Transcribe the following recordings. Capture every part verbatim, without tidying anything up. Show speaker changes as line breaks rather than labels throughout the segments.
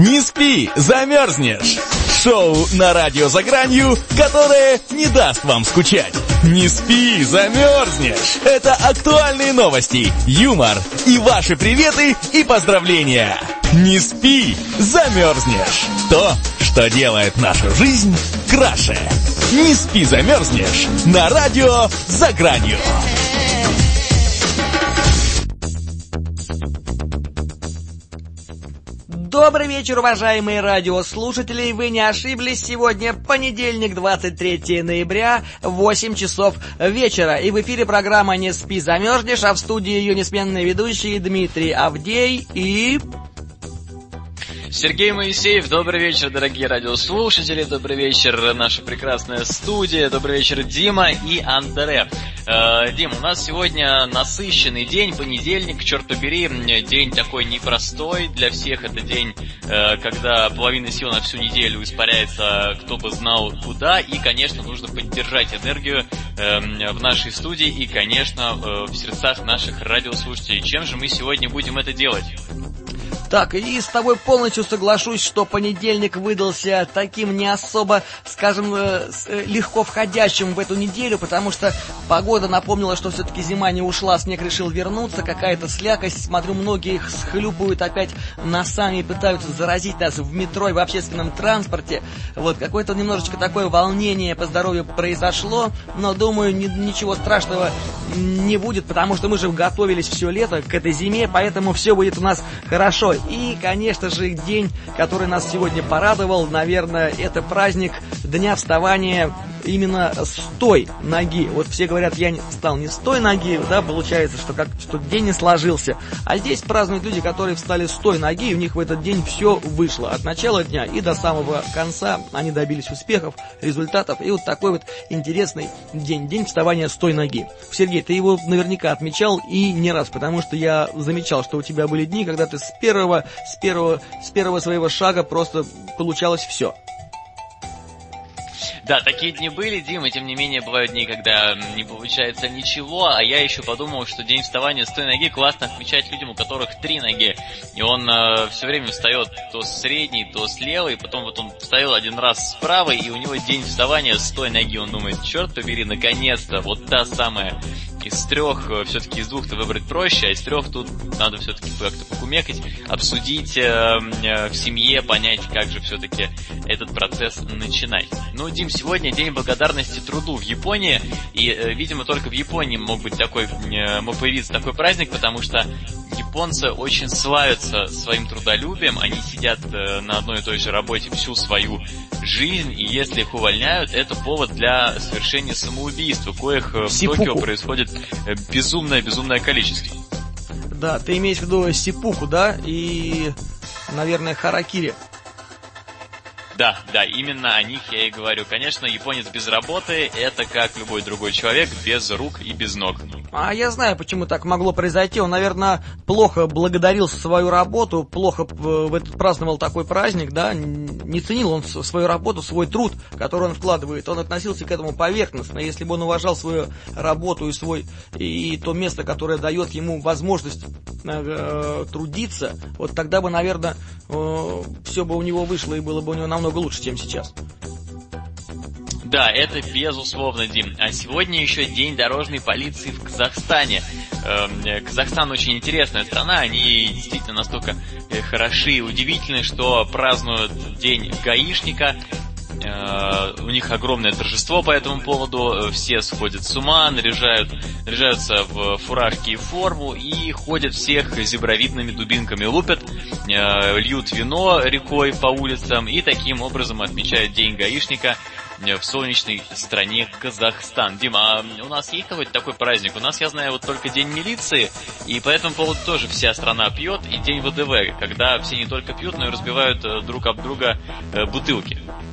Не спи, замерзнешь. Шоу на радио «За гранью», которое не даст вам скучать. Не спи, замерзнешь. Это актуальные новости, юмор и ваши приветы и поздравления. Не спи, замерзнешь. То, что делает нашу жизнь краше. Не спи, замерзнешь. На радио «За гранью».
Добрый вечер, уважаемые радиослушатели. Вы не ошиблись. Сегодня понедельник, двадцать третьего ноября, восемь часов вечера. И в эфире программа «Не спи, замерзнешь», а в студии ее несменные ведущие Дмитрий Авдей и...
Сергей Моисеев. Добрый вечер, дорогие радиослушатели. Добрый вечер, наша прекрасная студия. Добрый вечер, Дима и Андре. Э, Дим, у нас сегодня насыщенный день, понедельник, черт побери, день такой непростой для всех. Это день, э, когда половина сил на всю неделю испаряется, кто бы знал куда. И, конечно, нужно поддержать энергию э, в нашей студии и, конечно, э, в сердцах наших радиослушателей. Чем же мы сегодня будем это делать?
Так, и с тобой полностью соглашусь, что понедельник выдался таким не особо, скажем, легко входящим в эту неделю, потому что погода напомнила, что все-таки зима не ушла, снег решил вернуться, какая-то слякость. Смотрю, многие их схлюпывают опять носами и пытаются заразить нас в метро и в общественном транспорте. Вот, какое-то немножечко такое волнение по здоровью произошло, но, думаю, ни, ничего страшного не будет, потому что мы же готовились все лето к этой зиме, поэтому все будет у нас хорошо. И, конечно же, день, который нас сегодня порадовал, наверное, это праздник Дня вставания именно с той ноги. Вот все говорят, я не встал не с той ноги, да, получается, что как что день не сложился. А здесь празднуют люди, которые встали с той ноги, и у них в этот день все вышло. От начала дня и до самого конца они добились успехов, результатов. И вот такой вот интересный день, день вставания с той ноги. Сергей, ты его наверняка отмечал и не раз, потому что я замечал, что у тебя были дни, когда ты с первого, с первого, с первого своего шага просто получалось все.
Да, такие дни были, Дим, и тем не менее бывают дни, когда не получается ничего, а я еще подумал, что день вставания с той ноги классно отмечать людям, у которых три ноги, и он э, все время встает то с средней, то с левой, потом вот он встал один раз с правой, и у него день вставания с той ноги, он думает, черт побери, наконец-то, вот та самая. Из трех, все-таки из двух-то выбрать проще, а из трех тут надо все-таки как-то покумекать, обсудить э, э, в семье, понять, как же все-таки этот процесс начинать. Ну, Дим, сегодня день благодарности труду в Японии, и, э, видимо, только в Японии мог быть такой, э, мог появиться такой праздник, потому что японцы очень славятся своим трудолюбием, они сидят э, на одной и той же работе всю свою жизнь, и если их увольняют, это повод для совершения самоубийства, коих в Токио происходит безумное-безумное количество.
Да, ты имеешь в виду сиппуку, да, и, наверное, харакири.
Да, да, именно о них я и говорю. Конечно, японец без работы — это как любой другой человек, без рук и без ног.
А я знаю, почему так могло произойти. Он, наверное, плохо благодарил свою работу, плохо в этот праздновал такой праздник, да, не ценил он свою работу, свой труд, который он вкладывает. Он относился к этому поверхностно. Если бы он уважал свою работу и свой и то место, которое дает ему возможность э, трудиться, вот тогда бы, наверное, э, все бы у него вышло и было бы у него намного лучше, чем сейчас.
Да, это безусловно, Дим. А сегодня еще день дорожной полиции в Казахстане. Казахстан очень интересная страна, они действительно настолько хороши и удивительны, что празднуют день гаишника. У них огромное торжество по этому поводу, все сходят с ума, наряжают, наряжаются в фуражки и форму и ходят всех зебровидными дубинками лупят, льют вино рекой по улицам и таким образом отмечают день гаишника в солнечной стране Казахстан. Дима, а у нас есть какой-то такой праздник? У нас, я знаю, вот только день милиции, и по этому поводу тоже вся страна пьет, и день ВДВ, когда все не только пьют, но и разбивают друг об друга бутылки.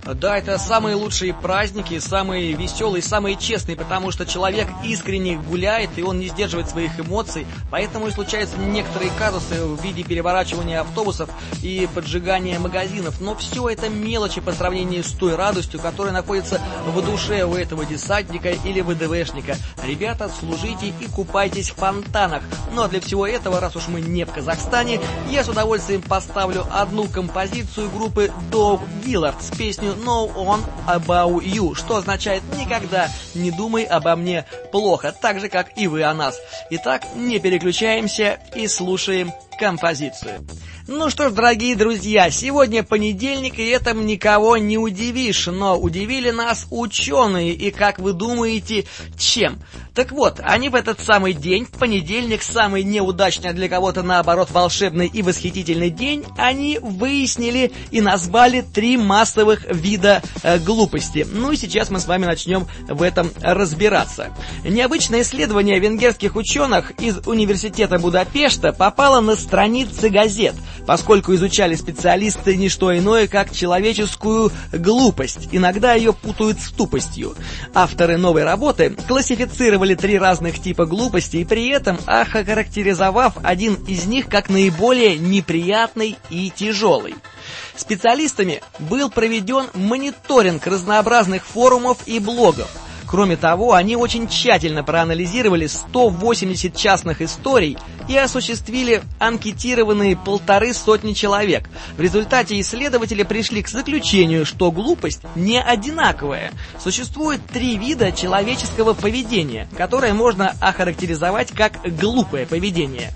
Да, это самые лучшие праздники, самые веселые, самые честные, потому что человек искренне гуляет, и он не сдерживает своих эмоций, поэтому и случаются некоторые казусы в виде переворачивания автобусов и поджигания магазинов. Но все это мелочи по сравнению с той радостью, которая находится в душе у этого десантника или ВДВшника. Ребята, служите и купайтесь в фонтанах. Ну а для всего этого, раз уж мы не в Казахстане, я с удовольствием поставлю одну композицию группы Dog Dillard с песней No One About You, что означает «никогда не думай обо мне плохо», так же, как и вы о нас. Итак, не переключаемся и слушаем композицию. Ну что ж, дорогие друзья, сегодня понедельник, и этим никого не удивишь, но удивили нас ученые, и как вы думаете, чем? Так вот, они в этот самый день, в понедельник, самый неудачный, а для кого-то наоборот волшебный и восхитительный день, они выяснили и назвали три массовых вида э, глупости. Ну и сейчас мы с вами начнем в этом разбираться. Необычное исследование венгерских ученых из университета Будапешта попало на страницы газет, поскольку изучали специалисты не что иное, как человеческую глупость. Иногда ее путают с тупостью. Авторы новой работы классифицировали три разных типа глупости и при этом охарактеризовав один из них как наиболее неприятный и тяжелый. Специалистами был проведен мониторинг разнообразных форумов и блогов. Кроме того, они очень тщательно проанализировали сто восемьдесят частных историй и осуществили анкетированные полторы сотни человек. В результате исследователи пришли к заключению, что глупость не одинаковая. Существует три вида человеческого поведения, которые можно охарактеризовать как глупое поведение.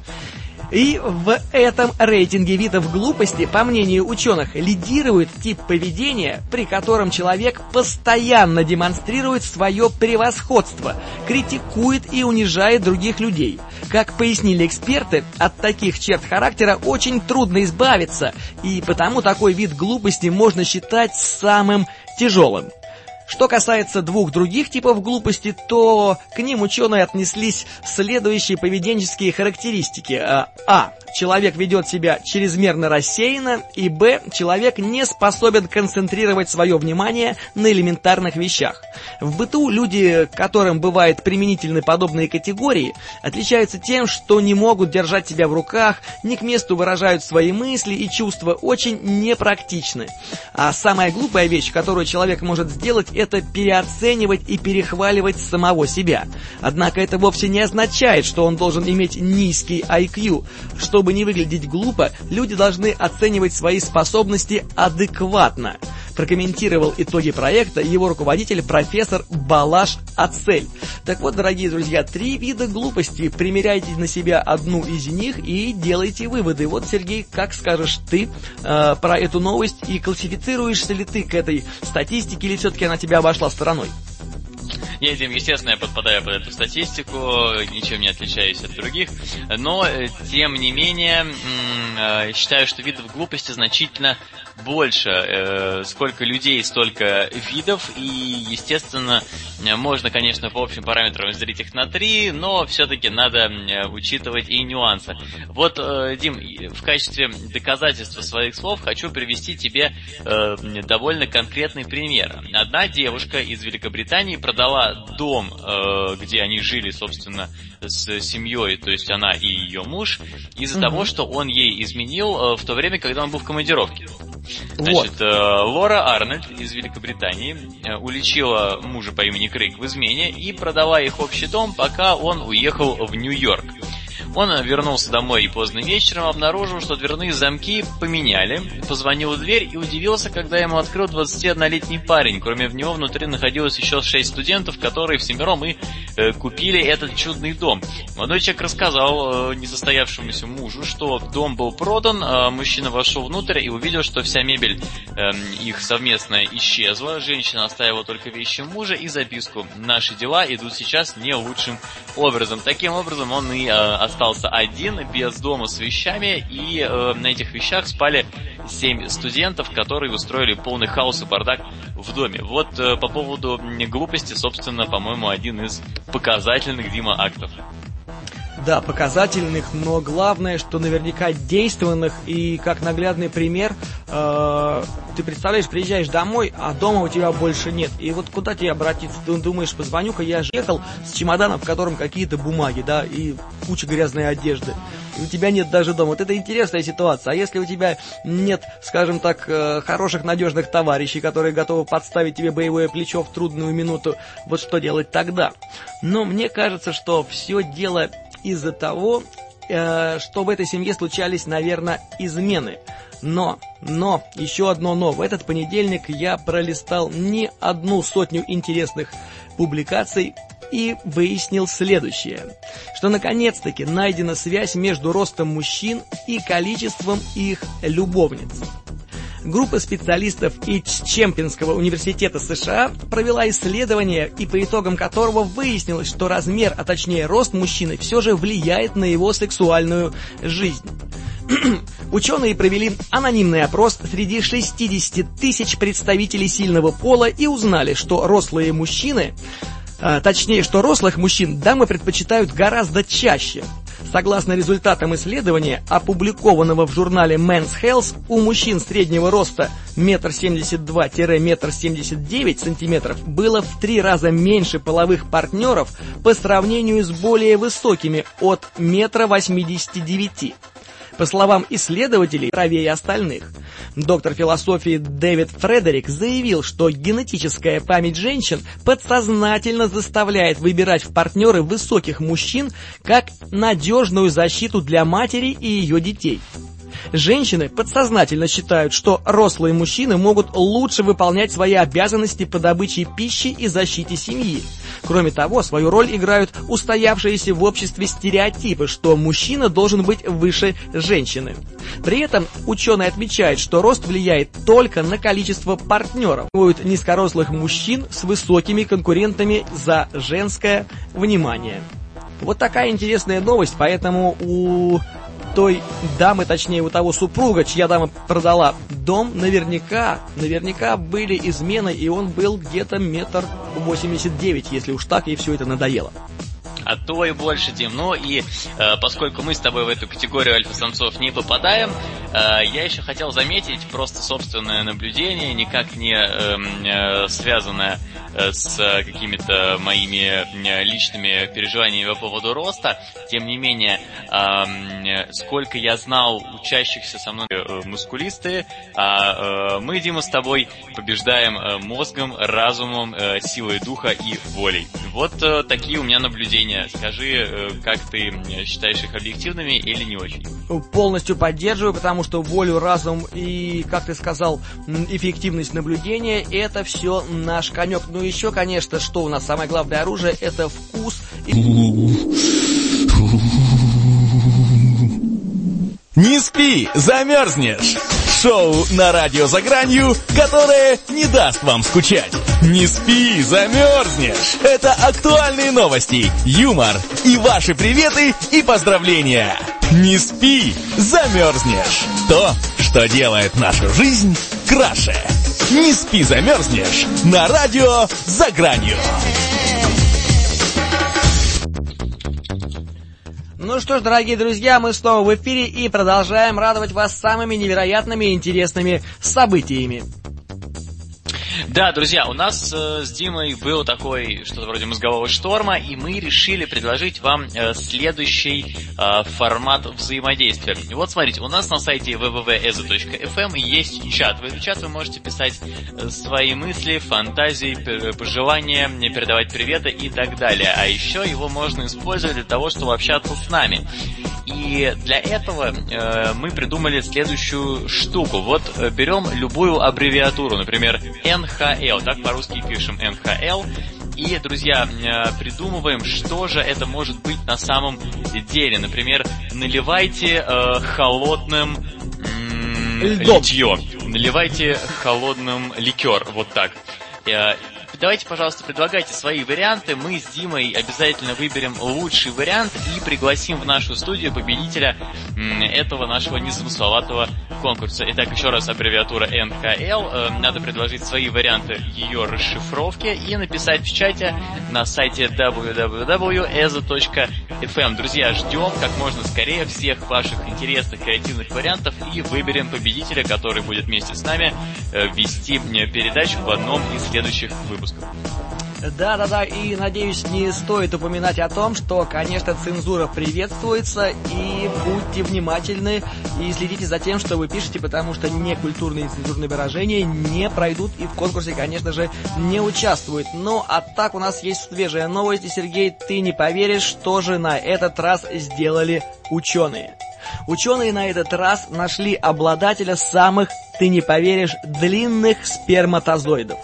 И в этом рейтинге видов глупости, по мнению ученых, лидирует тип поведения, при котором человек постоянно демонстрирует свое превосходство, критикует и унижает других людей. Как пояснили эксперты, от таких черт характера очень трудно избавиться, и потому такой вид глупости можно считать самым тяжелым. Что касается двух других типов глупости, то к ним ученые отнеслись следующие поведенческие характеристики. А. Человек ведет себя чрезмерно рассеянно. И Б. Человек не способен концентрировать свое внимание на элементарных вещах. В быту люди, которым бывают применительны подобные категории, отличаются тем, что не могут держать себя в руках, не к месту выражают свои мысли и чувства, очень непрактичны. А самая глупая вещь, которую человек может сделать, это переоценивать и перехваливать самого себя. Однако это вовсе не означает, что он должен иметь низкий ай кью. Чтобы не выглядеть глупо, люди должны оценивать свои способности адекватно. Прокомментировал итоги проекта его руководитель профессор Балаш Ацель. Так вот, дорогие друзья, три вида глупости. Примеряйте на себя одну из них и делайте выводы. Вот, Сергей, как скажешь ты э, про эту новость и классифицируешься ли ты к этой статистике или все-таки она тебя обошла стороной?
Я, Дим, естественно, я подпадаю под эту статистику, ничем не отличаюсь от других, но, тем не менее, считаю, что видов глупости значительно больше. Сколько людей, столько видов, и, естественно, можно, конечно, по общим параметрам разделить их на три, но все-таки надо учитывать и нюансы. Вот, Дим, в качестве доказательства своих слов хочу привести тебе довольно конкретный пример. Одна девушка из Великобритании продала дом, где они жили, собственно, с семьей, то есть она и ее муж, из-за mm-hmm. того, что он ей изменил в то время, когда он был в командировке. Значит, вот. Лора Арнольд из Великобритании уличила мужа по имени Крейг в измене и продала их общий дом, пока он уехал в Нью-Йорк. Он вернулся домой и поздно вечером обнаружил, что дверные замки поменяли, позвонил в дверь и удивился, когда ему открыл двадцатиоднолетний парень. Кроме него внутри находилось еще шесть студентов, которые всемиром и э, купили этот чудный дом. Молодой человек рассказал э, несостоявшемуся мужу, что дом был продан, э, мужчина вошел внутрь и увидел, что вся мебель э, их совместная исчезла. Женщина оставила только вещи мужа и записку: «Наши дела идут сейчас не лучшим образом». Таким образом, он и э, остался один, без дома, с вещами, и э, на этих вещах спали семь студентов, которые устроили полный хаос и бардак в доме. Вот э, по поводу глупости, собственно, по-моему, один из показательных, Дима, актов.
Да, показательных, но главное, что наверняка действенных. И как наглядный пример, э, ты представляешь, приезжаешь домой, а дома у тебя больше нет. И вот куда тебе обратиться? Ты думаешь, позвоню-ка, я же ехал с чемоданом, в котором какие-то бумаги, да, и куча грязной одежды. И у тебя нет даже дома. Вот это интересная ситуация. А если у тебя нет, скажем так, э, хороших, надежных товарищей, которые готовы подставить тебе боевое плечо в трудную минуту, вот что делать тогда? Но мне кажется, что все дело из-за того, э, что в этой семье случались, наверное, измены. Но, но, еще одно но. В этот понедельник я пролистал не одну сотню интересных публикаций и выяснил следующее, что наконец-таки найдена связь между ростом мужчин и количеством их любовниц. Группа специалистов из Чемпинского университета США провела исследование, и по итогам которого выяснилось, что размер, а точнее рост мужчины, все же влияет на его сексуальную жизнь. Ученые провели анонимный опрос среди шестьдесят тысяч представителей сильного пола и узнали, что рослые мужчины, а, точнее, что рослых мужчин дамы предпочитают гораздо чаще. Согласно результатам исследования, опубликованного в журнале Men's Health, у мужчин среднего роста один семьдесят два - один семьдесят девять сантиметров было в три раза меньше половых партнеров по сравнению с более высокими от один восемьдесят девять. По словам исследователей, правее остальных. Доктор философии Дэвид Фредерик заявил, что генетическая память женщин подсознательно заставляет выбирать в партнеры высоких мужчин как надежную защиту для матери и ее детей. Женщины подсознательно считают, что рослые мужчины могут лучше выполнять свои обязанности по добыче пищи и защите семьи. Кроме того, свою роль играют устоявшиеся в обществе стереотипы, что мужчина должен быть выше женщины. При этом ученые отмечают, что рост влияет только на количество партнеров. Будут низкорослых мужчин с высокими конкурентами за женское внимание. Вот такая интересная новость, поэтому у той дамы, точнее у того супруга, чья дама продала дом, наверняка, наверняка были измены, и он был где-то метр восемьдесят девять, если уж так ей все это надоело.
А то и больше, Дим. Ну и э, поскольку мы с тобой в эту категорию альфа-самцов не попадаем, э, я еще хотел заметить просто собственное наблюдение, никак не э, э, связанное э, с какими-то моими э, личными переживаниями по поводу роста. Тем не менее, э, сколько я знал учащихся со мной э, мускулисты, а э, мы, Дима, с тобой побеждаем э, мозгом, разумом, э, силой духа и волей. Вот э, такие у меня наблюдения. Скажи, как ты считаешь их объективными или не очень?
Полностью поддерживаю, потому что волю, разум и, как ты сказал, эффективность наблюдения — это все наш конек. Ну еще, конечно, что у нас самое главное оружие — это вкус.
Не спи, замерзнешь! Шоу на радио «За гранью», которое не даст вам скучать. Не спи, замерзнешь! Это актуальные новости, юмор и ваши приветы и поздравления. Не спи, замерзнешь! То, что делает нашу жизнь краше. Не спи, замерзнешь! На радио «За гранью».
Ну что ж, дорогие друзья, мы снова в эфире и продолжаем радовать вас самыми невероятными и интересными событиями.
Да, друзья, у нас э, с Димой был такой, что-то вроде мозгового шторма, и мы решили предложить вам э, следующий э, формат взаимодействия. Вот смотрите, у нас на сайте дабл ю дабл ю дабл ю точка эзо точка эф эм есть чат. В этот чат вы можете писать э, свои мысли, фантазии, пожелания, передавать приветы и так далее. А еще его можно использовать для того, чтобы общаться с нами. И для этого э, мы придумали следующую штуку. Вот э, берем любую аббревиатуру, например, эн ха эл, так по-русски пишем эн ха эл, и, друзья, э, придумываем, что же это может быть на самом деле. Например, наливайте э, холодным м- литье, наливайте холодным ликер, вот так. Э, давайте, пожалуйста, предлагайте свои варианты. Мы с Димой обязательно выберем лучший вариант и пригласим в нашу студию победителя этого нашего незамысловатого конкурса. Итак, еще раз аббревиатура эн ка эл. Надо предложить свои варианты ее расшифровки и написать в чате на сайте дабл ю дабл ю дабл ю точка и зет точка эф эм. Друзья, ждем как можно скорее всех ваших интересных, креативных вариантов и выберем победителя, который будет вместе с нами вести передачу в одном из следующих выпусков.
Да-да-да, и, надеюсь, не стоит упоминать о том, что, конечно, цензура приветствуется, и будьте внимательны и следите за тем, что вы пишете, потому что некультурные цензурные выражения не пройдут и в конкурсе, конечно же, не участвуют. Ну, а так у нас есть свежая новость, и, Сергей, ты не поверишь, что же на этот раз сделали ученые. Ученые на этот раз нашли обладателя самых, ты не поверишь, длинных сперматозоидов.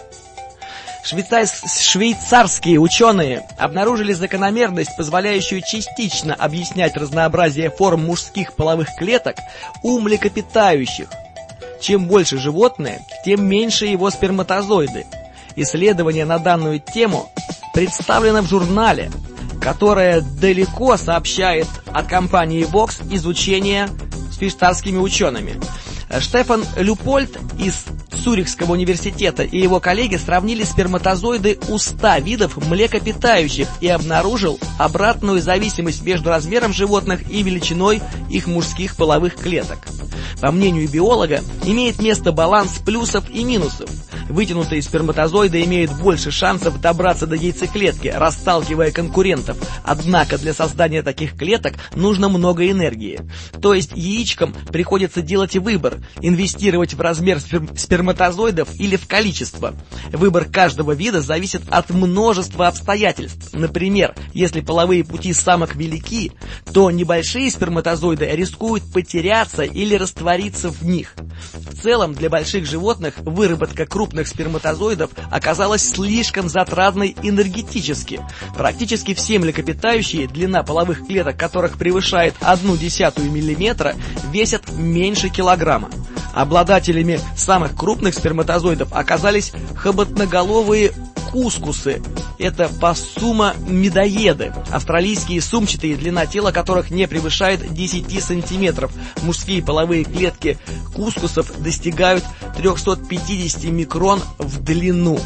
Швейцарские ученые обнаружили закономерность, позволяющую частично объяснять разнообразие форм мужских половых клеток у млекопитающих. Чем больше животное, тем меньше его сперматозоиды. Исследование на данную тему представлено в журнале, которое далеко сообщает от компании Vox изучение швейцарскими учеными. Штефан Люпольд из Цюрихского университета и его коллеги сравнили сперматозоиды у ста видов млекопитающих и обнаружил обратную зависимость между размером животных и величиной их мужских половых клеток. По мнению биолога, имеет место баланс плюсов и минусов. Вытянутые сперматозоиды имеют больше шансов добраться до яйцеклетки, расталкивая конкурентов. Однако для создания таких клеток нужно много энергии. То есть яичкам приходится делать выбор – инвестировать в размер спер- сперматозоидов или в количество. Выбор каждого вида зависит от множества обстоятельств. Например, если половые пути самок велики, то небольшие сперматозоиды рискуют потеряться или раствориться в них. В целом, для больших животных выработка крупных сперматозоидов оказалась слишком затратной энергетически. Практически все млекопитающие, длина половых клеток которых превышает одну десятую миллиметра, весят меньше килограмма. Обладателями самых крупных сперматозоидов оказались хоботноголовые кускусы. Это пассума-медоеды, австралийские сумчатые, длина тела которых не превышает десять сантиметров. Мужские половые клетки кускусов достигают триста пятьдесят микрон в длину.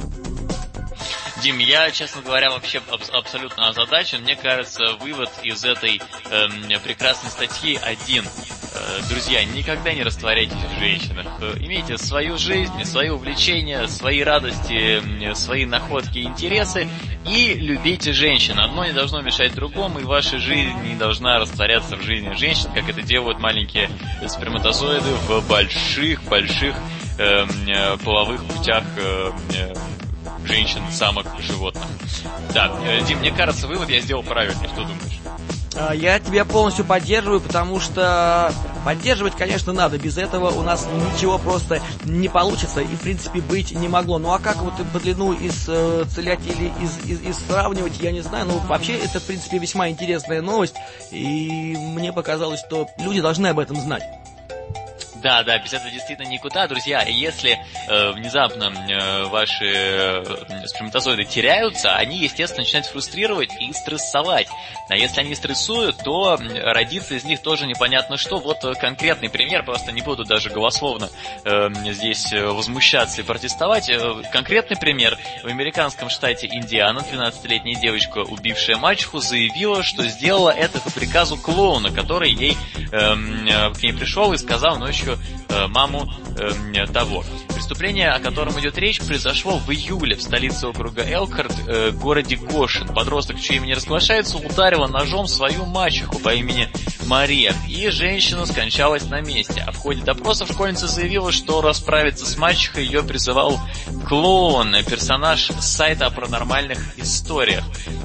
Дим, я, честно говоря, вообще аб- абсолютно озадачен. Мне кажется, вывод из этой э, прекрасной статьи один. Э, друзья, никогда не растворяйтесь в женщинах. Э, имейте свою жизнь, свои увлечения, свои радости, э, свои находки и интересы. И любите женщин. Одно не должно мешать другому, и ваша жизнь не должна растворяться в жизни женщин, как это делают маленькие сперматозоиды в больших-больших э, э, половых путях э, э, женщин, самок, животных. Да, Дим, мне кажется, вывод я сделал правильный. Что думаешь?
Я тебя полностью поддерживаю, потому что поддерживать, конечно, надо. Без этого у нас ничего просто не получится и, в принципе, быть не могло. Ну а как вот по длину исцелять или из, из, из сравнивать, я не знаю. Ну, вообще, это, в принципе, весьма интересная новость. И мне показалось, что люди должны об этом знать.
Да, да, без этого действительно никуда, друзья. Если э, внезапно э, ваши э, сперматозоиды теряются, они, естественно, начинают фрустрировать и стрессовать. А если они стрессуют, то родится из них тоже непонятно что. Вот конкретный пример, просто не буду даже голословно э, здесь возмущаться и протестовать. Конкретный пример. В американском штате Индиана двенадцатилетняя девочка, убившая мачеху, заявила, что сделала это по приказу клоуна, который ей э, к ней пришел и сказал ночью маму э, того. Преступление, о котором идет речь, произошло в июле в столице округа Элкхарт, э, городе Гошин. Подросток, чье имя не разглашается, ударила ножом свою мачеху по имени Мария, и женщина скончалась на месте. А в ходе допроса школьница заявила, что расправиться с мачехой ее призывал клоун, персонаж с сайта о паранормальных историях.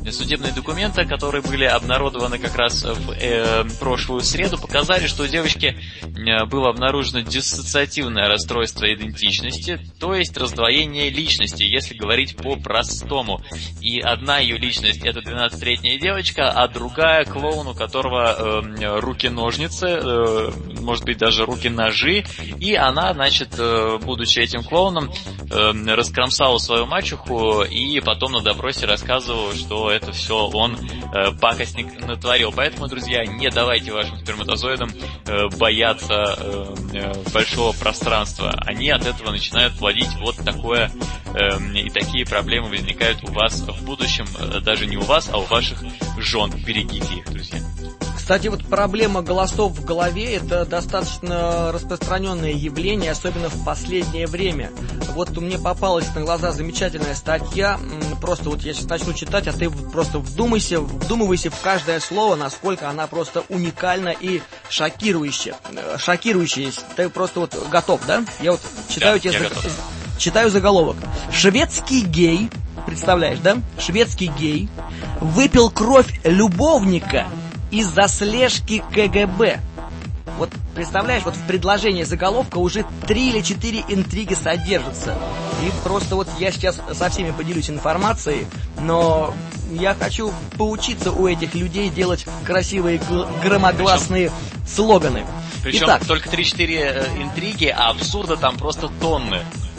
Судебные документы, которые были обнародованы как раз в э, прошлую среду, показали, что у девочки э, было обнаружено диссоциативное расстройство идентичности, то есть раздвоение личности, если говорить по-простому. И одна ее личность — это двенадцатилетняя девочка, а другая — клоун, у которого э, руки-ножницы, э, может быть даже руки-ножи, и она, значит, э, будучи этим клоуном, э, раскромсала свою мачеху и потом на допросе рассказывала, что это все он, э, пакостник, натворил. Поэтому, друзья, не давайте вашим сперматозоидам э, бояться э, э, большого пространства. Они от этого начинают плодить вот такое, э, и такие проблемы возникают у вас в будущем, э, даже не у вас, а у ваших жен. Берегите их, друзья.
Кстати, вот проблема голосов в голове — это достаточно распространенное явление, особенно в последнее время. Вот мне попалась на глаза замечательная статья, просто вот я сейчас начну читать, а ты просто вдумайся, вдумывайся в каждое слово, насколько она просто уникальна и шокирующая. Шокирующая. Ты просто вот готов, да? Я вот читаю,
да,
тебе за... читаю заголовок. Шведский гей, представляешь, да? Шведский гей выпил кровь любовника из-за слежки ка гэ бэ. Вот представляешь, вот в предложении заголовка уже три или четыре интриги содержатся. И просто вот я сейчас со всеми поделюсь информацией, но я хочу поучиться у этих людей делать красивые громогласные причем, слоганы.
Причем Итак, только три-четыре интриги, а абсурда там просто тонны.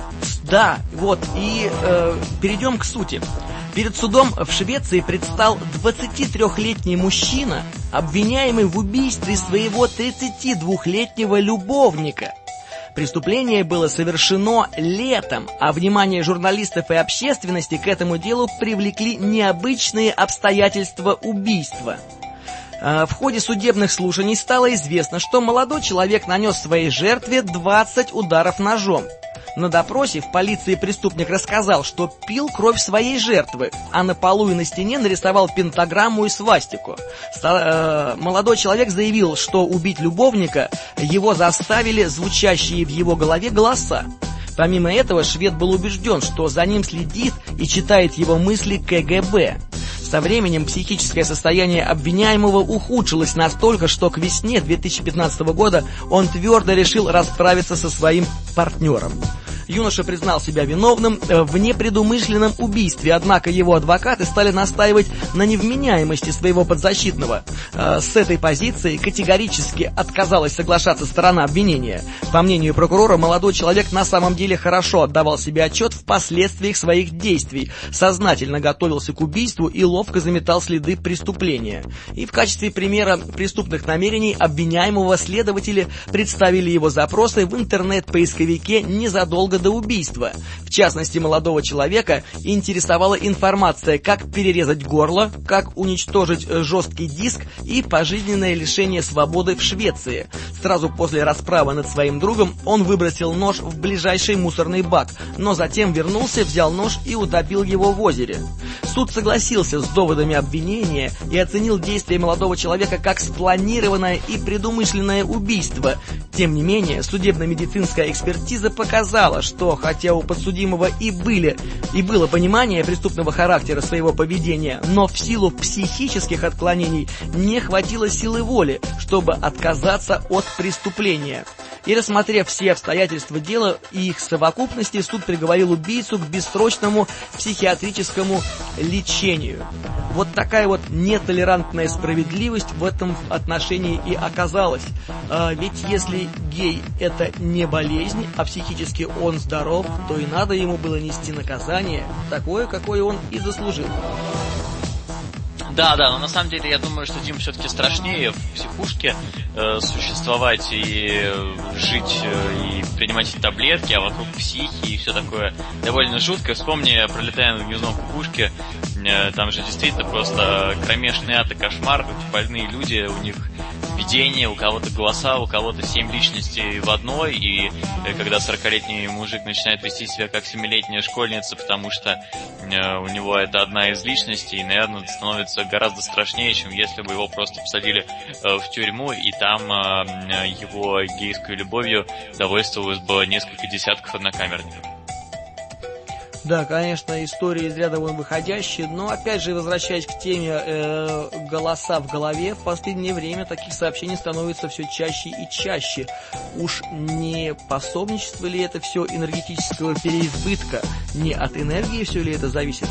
Да, вот, и э, перейдем к сути. Перед судом в Швеции предстал двадцатитрёхлетний мужчина, обвиняемый в убийстве своего тридцатидвухлетнего любовника. Преступление было совершено летом, а внимание журналистов и общественности к этому делу привлекли необычные обстоятельства убийства. В ходе судебных слушаний стало известно, что молодой человек нанес своей жертве двадцать ударов ножом. На допросе в полиции преступник рассказал, что пил кровь своей жертвы, а на полу и на стене нарисовал пентаграмму и свастику. Ста- э, молодой человек заявил, что убить любовника его заставили звучащие в его голове голоса. Помимо этого, швед был убежден, что за ним следит и читает его мысли ка гэ бэ. Со временем психическое состояние обвиняемого ухудшилось настолько, что к весне две тысячи пятнадцатого года он твердо решил расправиться со своим партнером. Юноша признал себя виновным в непредумышленном убийстве, однако его адвокаты стали настаивать на невменяемости своего подзащитного. С этой позиции категорически отказалась соглашаться сторона обвинения. По мнению прокурора, молодой человек на самом деле хорошо отдавал себе отчет в последствиях своих действий, сознательно готовился к убийству и ловко заметал следы преступления. И в качестве примера преступных намерений обвиняемого следователи представили его запросы в интернет-поисковике незадолго до убийства. В частности, молодого человека интересовала информация, как перерезать горло, как уничтожить жесткий диск и пожизненное лишение свободы в Швеции. Сразу после расправы над своим другом он выбросил нож в ближайший мусорный бак, но затем вернулся, взял нож и утопил его в озере. Суд согласился с доводами обвинения и оценил действия молодого человека как спланированное и предумышленное убийство. Тем не менее, судебно-медицинская экспертиза показала, что хотя у подсудимого и были и было понимание преступного характера своего поведения, но в силу психических отклонений не хватило силы воли, чтобы отказаться от преступления. И рассмотрев все обстоятельства дела и их совокупности, суд приговорил убийцу к бессрочному психиатрическому лечению. Вот такая вот нетолерантная справедливость в этом отношении и оказалась. А ведь если гей — это не болезнь, а психически он здоров, то и надо ему было нести наказание, такое, какое он и заслужил.
Да, да, но на самом деле я думаю, что Дим все-таки страшнее в психушке э, существовать и э, жить, э, и принимать эти таблетки, а вокруг психи и все такое довольно жутко. Вспомни, пролетая над гнездом кукушки, э, там же действительно просто кромешный ад и кошмар, больные люди, у них видение, у кого-то голоса, у кого-то семь личностей в одной, и э, когда сорокалетний мужик начинает вести себя как семилетняя школьница, потому что э, у него это одна из личностей, и, наверное, становится гораздо страшнее, чем если бы его просто посадили э, в тюрьму, и там э, его гейской любовью довольствовалось бы несколько десятков однокамерников.
Да, конечно, история из ряда вон выходящая, но опять же, возвращаясь к теме э, голоса в голове, в последнее время таких сообщений становится все чаще и чаще. Уж не пособничество ли это все энергетического переизбытка? Не от энергии все ли это зависит?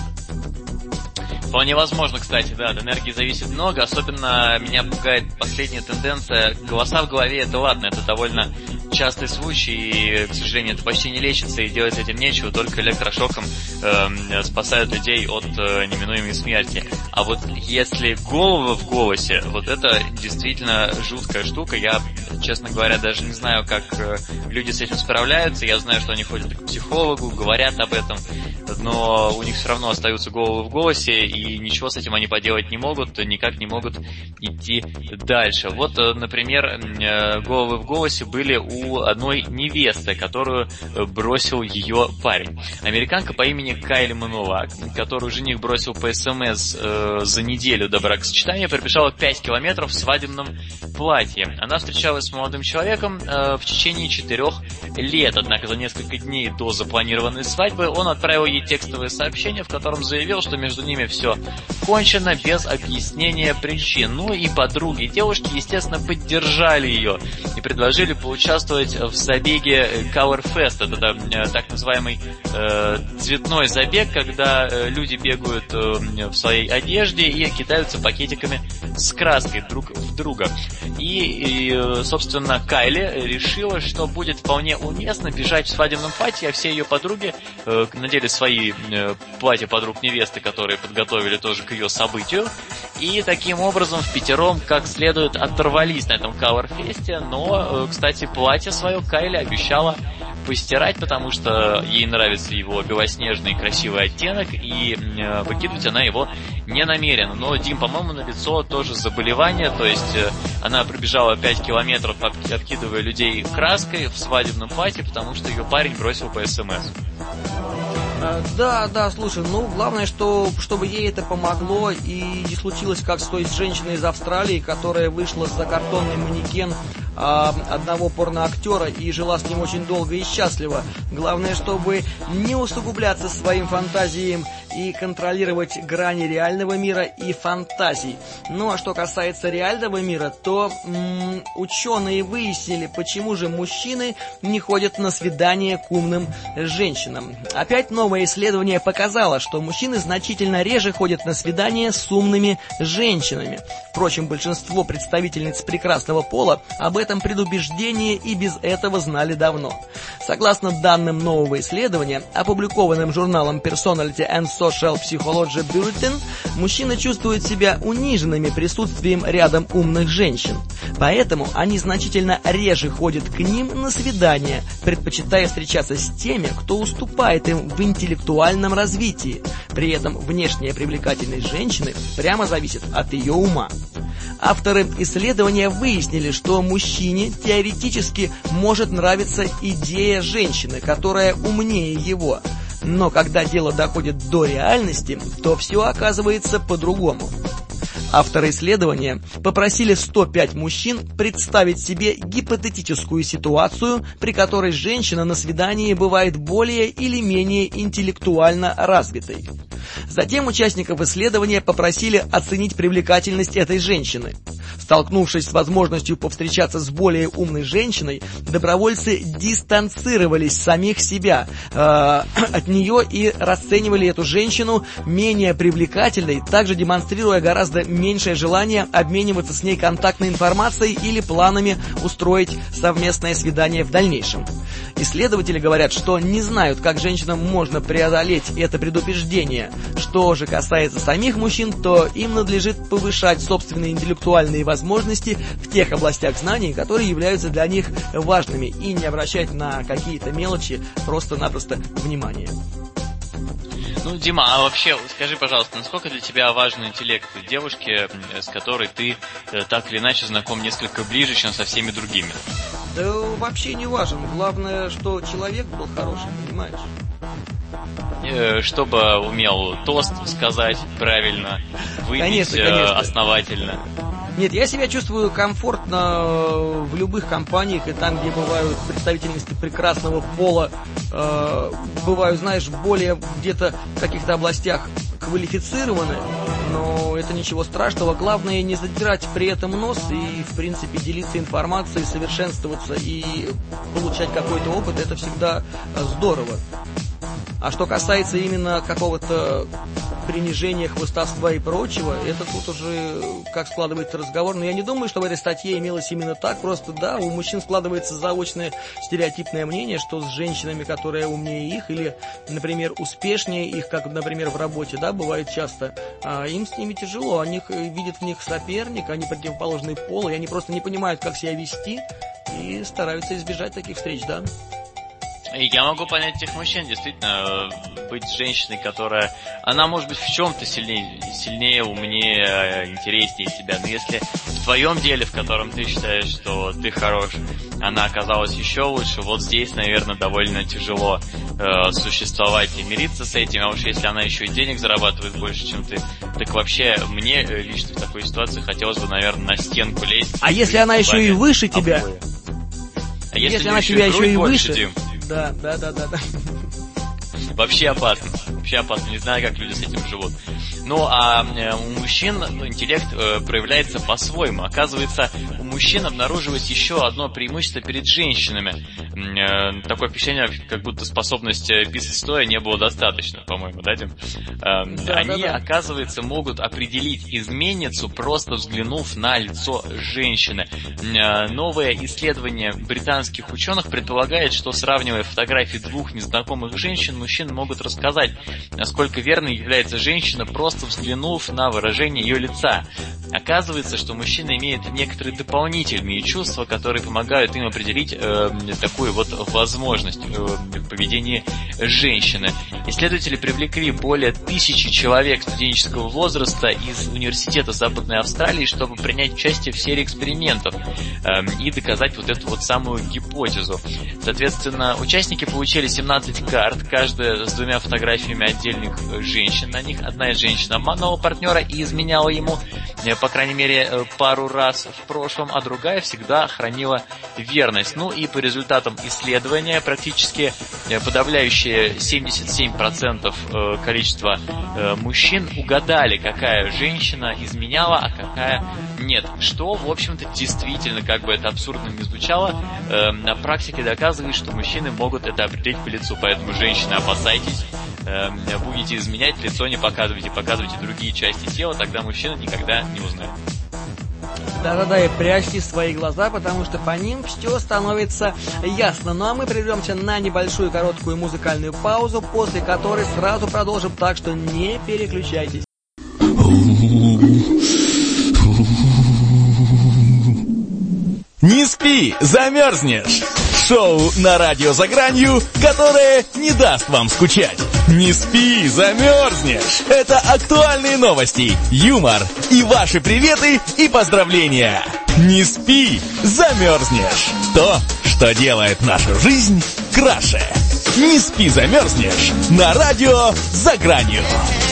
Вполне возможно, кстати, да, от энергии зависит много. Особенно меня пугает последняя тенденция. Голоса в голове — это ладно, это довольно частый случай, и, к сожалению, это почти не лечится, и делать с этим нечего, только электрошоком э, спасают людей от э, неминуемой смерти. А вот если голова в голосе, вот это действительно жуткая штука. Я, честно говоря, даже не знаю, как э, люди с этим справляются. Я знаю, что они ходят к психологу, говорят об этом, но у них все равно остаются головы в голосе, и ничего с этим они поделать не могут, никак не могут идти дальше. Вот, например, головы в голосе были у одной невесты, которую бросил ее парень. Американка по имени Кайли Манулак, которую жених бросил по СМС э, за неделю до бракосочетания, пробежала пять километров в свадебном платье. Она встречалась с молодым человеком э, в течение четырех лет, однако за несколько дней до запланированной свадьбы он отправил ей текстовое сообщение, в котором заявил, что между ними все кончено без объяснения причин. Ну и подруги девушки, естественно, поддержали ее и предложили поучаствовать в забеге Color Fest. Это да, так называемый э, цветной забег, когда э, люди бегают э, в своей одежде и кидаются пакетиками с краской друг в друга. И, и, собственно, Кайли решила, что будет вполне уместно бежать в свадебном платье, а все ее подруги э, надели свои э, платья подруг невесты, которые подготовили тоже к ее событию. И таким образом впятером как следует оторвались на этом Color-фесте. Но, э, кстати, платье свое Кайли обещала постирать, потому что ей нравится его белоснежный красивый оттенок, и э, выкидывать она его не намерена. Но, Дим, по-моему, налицо тоже заболевание, то есть э, она пробежала пять километров, обкидывая людей краской в свадебном платье, потому что ее парень бросил по СМС.
Да, да, слушай, ну, главное, что, чтобы ей это помогло и не случилось, как с той женщиной из Австралии, которая вышла за картонный манекен а, одного порноактера и жила с ним очень долго и счастливо. Главное, чтобы не усугубляться своим фантазиям и контролировать грани реального мира и фантазий. Ну, а что касается реального мира, то м- ученые выяснили, почему же мужчины не ходят на свидания к умным женщинам. Опять новое исследование показало, что мужчины значительно реже ходят на свидания с умными женщинами. Впрочем, большинство представительниц прекрасного пола об этом предубеждении и без этого знали давно. Согласно данным нового исследования, опубликованным журналом Personality and Social Psychology Bulletin, мужчины чувствуют себя униженными присутствием рядом умных женщин. Поэтому они значительно реже ходят к ним на свидания, предпочитая встречаться с теми, кто уступает им в интеллектуальном развитии. При этом внешняя привлекательность женщины прямо зависит от ее ума. Авторы исследования выяснили, что мужчине теоретически может нравиться идея женщины, которая умнее его. Но когда дело доходит до реальности, то все оказывается по-другому. Авторы исследования попросили сто пять мужчин представить себе гипотетическую ситуацию, при которой женщина на свидании бывает более или менее интеллектуально развитой. Затем участников исследования попросили оценить привлекательность этой женщины. Столкнувшись с возможностью повстречаться с более умной женщиной, добровольцы дистанцировались самих себя э, от нее и расценивали эту женщину менее привлекательной, также демонстрируя гораздо меньшее желание обмениваться с ней контактной информацией или планами устроить совместное свидание в дальнейшем. Исследователи говорят, что не знают, как женщинам можно преодолеть это предубеждение. Что же касается самих мужчин, то им надлежит повышать собственные интеллектуальные возможности в тех областях знаний, которые являются для них важными, и не обращать на какие-то мелочи просто-напросто внимания.
Ну, Дима, а вообще, скажи, пожалуйста, насколько для тебя важен интеллект девушки, с которой ты так или иначе знаком несколько ближе, чем со всеми другими?
Да вообще не важен. Главное, что человек был хороший, понимаешь?
Чтобы умел тост сказать правильно, выпить конечно, конечно. основательно.
Нет, я себя чувствую комфортно в любых компаниях, и там, где бывают представительности прекрасного пола, э, бывают, знаешь, более где-то в каких-то областях квалифицированы, но это ничего страшного. Главное не задирать при этом нос и, в принципе, делиться информацией, совершенствоваться и получать какой-то опыт, это всегда здорово. А что касается именно какого-то принижения, хвастовства и прочего, это тут уже как складывается разговор. Но я не думаю, что в этой статье имелось именно так. Просто, да, у мужчин складывается заочное стереотипное мнение, что с женщинами, которые умнее их, или, например, успешнее их, как, например, в работе, да, бывает часто, а им с ними тяжело. Они видят в них соперника, они противоположный пол, и они просто не понимают, как себя вести, и стараются избежать таких встреч, да.
И я могу понять тех мужчин, действительно, быть женщиной, которая, она может быть в чем-то сильнее, сильнее, умнее, интереснее тебя, но если в твоем деле, в котором ты считаешь, что ты хорош, она оказалась еще лучше, вот здесь, наверное, довольно тяжело э, существовать и мириться с этим, а уж если она еще и денег зарабатывает больше, чем ты, так вообще мне лично в такой ситуации хотелось бы, наверное, на стенку лезть.
А если она еще и выше тебя?
А если,
если она тебя еще и выше?
Дим?
Да, да, да, да, да.
Вообще опасно. Вообще опасно. Не знаю, как люди с этим живут. Ну, а у мужчин интеллект э, проявляется по-своему. Оказывается, у мужчин обнаружилось еще одно преимущество перед женщинами. Э, такое впечатление, как будто способность писать стоя не было достаточно, по-моему, да, Дим? Э,
да,
они,
да, да.
оказывается, могут определить изменницу, просто взглянув на лицо женщины. Э, новое исследование британских ученых предполагает, что, сравнивая фотографии двух незнакомых женщин, мужчины могут рассказать, насколько верной является женщина, просто взглянув на выражение ее лица. Оказывается, что мужчина имеет некоторые дополнительные чувства, которые помогают им определить э, такую вот возможность э, в поведении женщины. Исследователи привлекли более тысячи человек студенческого возраста из Университета Западной Австралии, чтобы принять участие в серии экспериментов э, и доказать вот эту вот самую гипотезу. Соответственно, участники получили семнадцать карт, каждая с двумя фотографиями отдельных женщин. На них одна из женщин обманывала партнера и изменяла ему, по крайней мере, пару раз в прошлом, а другая всегда хранила верность. Ну и по результатам исследования практически подавляющее семьдесят семь процентов количества мужчин угадали, какая женщина изменяла, а какая нет. Что, в общем-то, действительно, как бы это абсурдно ни звучало, на практике доказывает, что мужчины могут это определить по лицу. Поэтому, женщины, опасайтесь, будете изменять, лицо не показывайте, показывайте другие части тела, тогда мужчина никогда не узнает.
Да-да-да, и прячьте свои глаза, потому что по ним все становится ясно. Ну а мы прервемся на небольшую короткую музыкальную паузу, после которой сразу продолжим, так что не переключайтесь.
Не спи, замерзнешь! Шоу на радио «За гранью», которое не даст вам скучать. Не спи, замерзнешь! Это актуальные новости, юмор и ваши приветы и поздравления. Не спи, замерзнешь! То, что делает нашу жизнь краше. Не спи, замерзнешь! На радио «За гранью».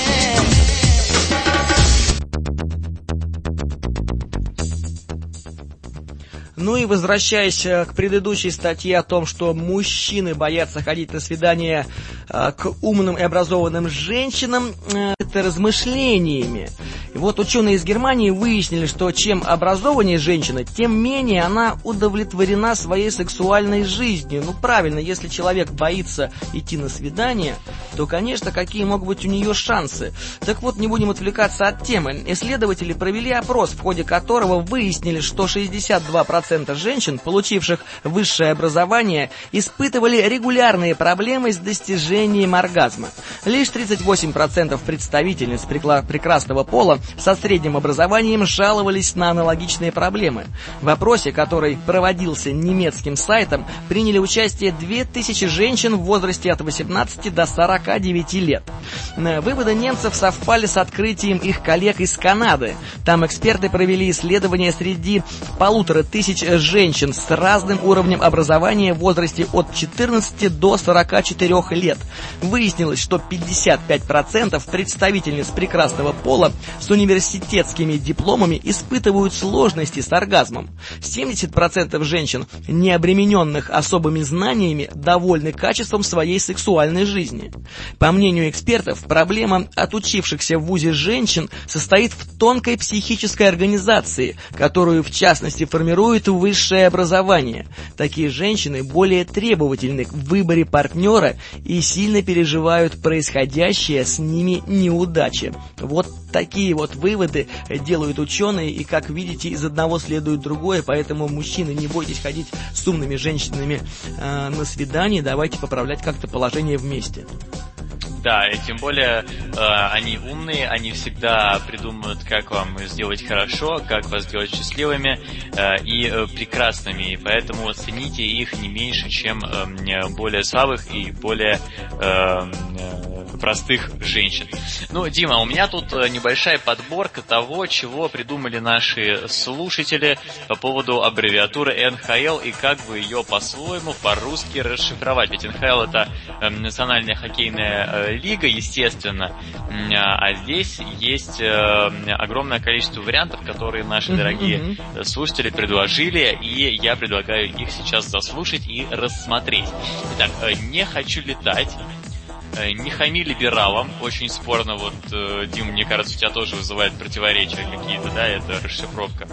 Ну и возвращаясь к предыдущей статье о том, что мужчины боятся ходить на свидания э, к умным и образованным женщинам, э, это размышлениями. И вот ученые из Германии выяснили, что чем образованнее женщина, тем менее она удовлетворена своей сексуальной жизнью. Ну правильно, если человек боится идти на свидание, то, конечно, какие могут быть у нее шансы? Так вот, не будем отвлекаться от темы. Исследователи провели опрос, в ходе которого выяснили, что шестьдесят два процента женщин, получивших высшее образование, испытывали регулярные проблемы с достижением оргазма. Лишь тридцать восемь процентов представительниц прекрасного пола со средним образованием жаловались на аналогичные проблемы. В опросе, который проводился немецким сайтом, приняли участие две тысячи женщин в возрасте от восемнадцати до сорока девяти лет. Выводы немцев совпали с открытием их коллег из Канады. Там эксперты провели исследования среди полутора тысяч женщин с разным уровнем образования в возрасте от четырнадцати до сорока четырёх лет. Выяснилось, что пятьдесят пять процентов представительниц прекрасного пола с университетом университетскими дипломами испытывают сложности с оргазмом. семьдесят процентов женщин, не обремененных особыми знаниями, довольны качеством своей сексуальной жизни. По мнению экспертов, проблема отучившихся в вузе женщин состоит в тонкой психической организации, которую в частности формирует высшее образование. Такие женщины более требовательны в выборе партнера и сильно переживают происходящее с ними неудачи. Вот такие вот выводы делают ученые, и, как видите, из одного следует другое, поэтому, мужчины, не бойтесь ходить с умными женщинами э, на свидание, давайте поправлять как-то положение вместе.
Да, и тем более э, они умные, они всегда придумают, как вам сделать хорошо, как вас сделать счастливыми э, и э, прекрасными, и поэтому цените их не меньше, чем э, более слабых и более э, простых женщин. Ну, Дима, у меня тут небольшая подборка того, чего придумали наши слушатели по поводу аббревиатуры эн ха эл и как бы ее по-своему по-русски расшифровать. Ведь эн ха эл это э, национальная хоккейная э, лига, естественно, а здесь есть э, огромное количество вариантов, которые наши дорогие mm-hmm. слушатели предложили, и я предлагаю их сейчас заслушать и рассмотреть. Итак, э, не хочу летать. Не хами либералам, очень спорно, вот, э, Дим, мне кажется, у тебя тоже вызывает противоречия какие-то, да, это расшифровка.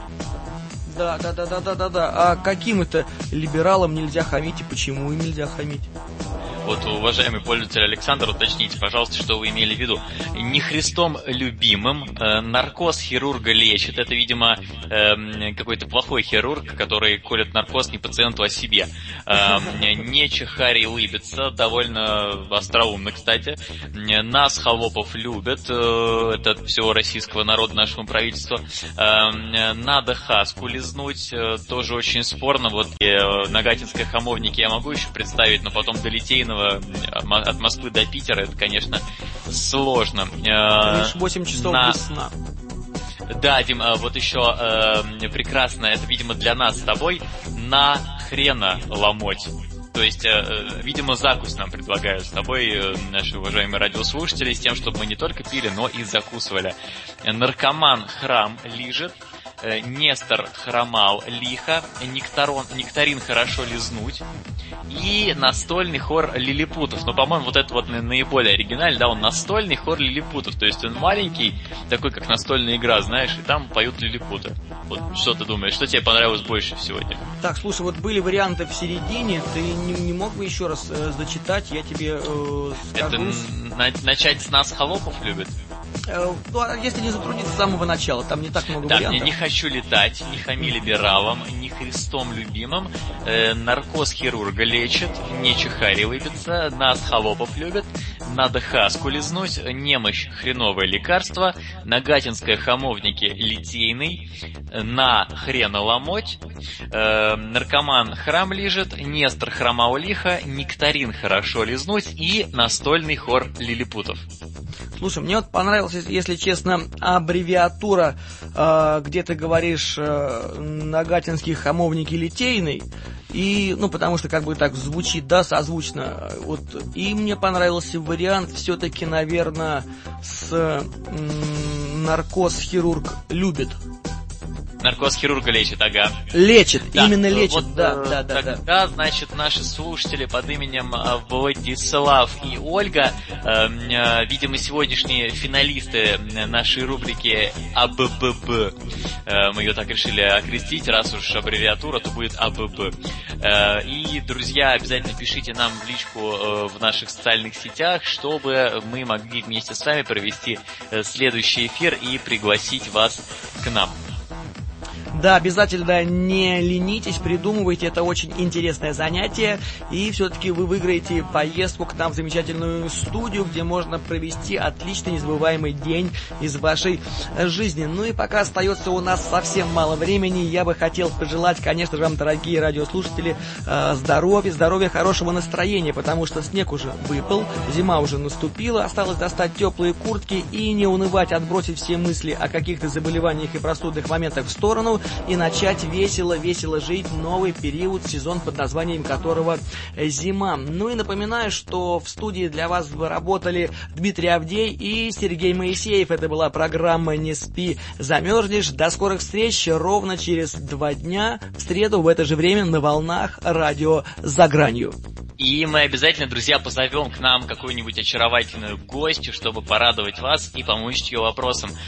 Да, да, да, да, да, да, да. А каким это либералам нельзя хамить и почему им нельзя хамить?
Вот, уважаемый пользователь Александр, уточните, пожалуйста, что вы имели в виду. Не Христом любимым, э, наркоз хирурга лечит. Это, видимо, э, какой-то плохой хирург, который колет наркоз не пациенту, а себе. Э, не чехари улыбится, довольно остроумно, кстати. Нас холопов любят, э, это всего российского народа нашему правительству. Э, надо хаску лизнуть, э, тоже очень спорно. Вот э, Нагатинской хамовники я могу еще представить, но потом до Литейного от Москвы до Питера, это, конечно, сложно.
Лишь восемь часов
На...
без сна.
Да, Дим, вот еще э, прекрасно, это, видимо, для нас с тобой, на хрена ломоть. То есть, э, видимо, закусь нам предлагают с тобой, э, наши уважаемые радиослушатели, с тем, чтобы мы не только пили, но и закусывали. Наркоман храм лижет. Нестор хромал лихо, нектарон, нектарин хорошо лизнуть и настольный хор лилипутов. Но, по-моему, вот это вот наиболее оригинальный, да, он настольный хор лилипутов, то есть он маленький, такой как настольная игра, знаешь, и там поют лилипуты. Вот что ты думаешь, что тебе понравилось больше всего?
Так, слушай, вот были варианты в середине, ты не, не мог бы еще раз э, зачитать, я тебе э, скажу.
Это на, начать с нас холопов любят?
Э, ну, а если не затрудниться с самого начала, там не так много
да,
вариантов.
Не, не хочу летать, не хами либералам, не Христом любимым, э, наркоз хирурга лечит, не чехари выбиться, нас холопов любят, надо хаску лизнуть, немощь хреновое лекарство, Нагатинская хамовники литейный, на хрена ломоть, э, наркоман храм лижет, Нестор хромау лихо, нектарин хорошо лизнуть и настольный хор лилипутов.
Слушай, мне вот понравилась, если честно, аббревиатура, э, где ты говоришь э, Нагатинский хамовники литейный, и, ну, потому что как бы так звучит, да, созвучно, вот, и мне понравился вариант все-таки, наверное, с м- наркоз хирург любит.
Наркоз хирурга лечит, ага.
Лечит,
да,
именно лечит,
вот,
да,
э,
да, да,
тогда,
да.
значит, наши слушатели под именем Владислав и Ольга, э, э, видимо, сегодняшние финалисты нашей рубрики АБББ, э, мы ее так решили окрестить, раз уж аббревиатура, то будет АББ. Э, и, друзья, обязательно пишите нам в личку э, в наших социальных сетях, чтобы мы могли вместе с вами провести э, следующий эфир и пригласить вас к нам.
Да, обязательно не ленитесь, придумывайте, это очень интересное занятие, и все-таки вы выиграете поездку к нам в замечательную студию, где можно провести отличный, незабываемый день из вашей жизни. Ну и пока остается у нас совсем мало времени, я бы хотел пожелать, конечно же, вам, дорогие радиослушатели, здоровья, здоровья, хорошего настроения, потому что снег уже выпал, зима уже наступила, осталось достать теплые куртки и не унывать, отбросить все мысли о каких-то заболеваниях и простудных моментах в сторону, и начать весело-весело жить новый период, сезон под названием которого «Зима». Ну и напоминаю, что в студии для вас работали Дмитрий Авдей и Сергей Моисеев. Это была программа «Не спи, замерзнешь». До скорых встреч ровно через два дня, в среду в это же время на волнах радио «За гранью».
И мы обязательно, друзья, позовем к нам какую-нибудь очаровательную гостью, чтобы порадовать вас и помочь ее вопросам.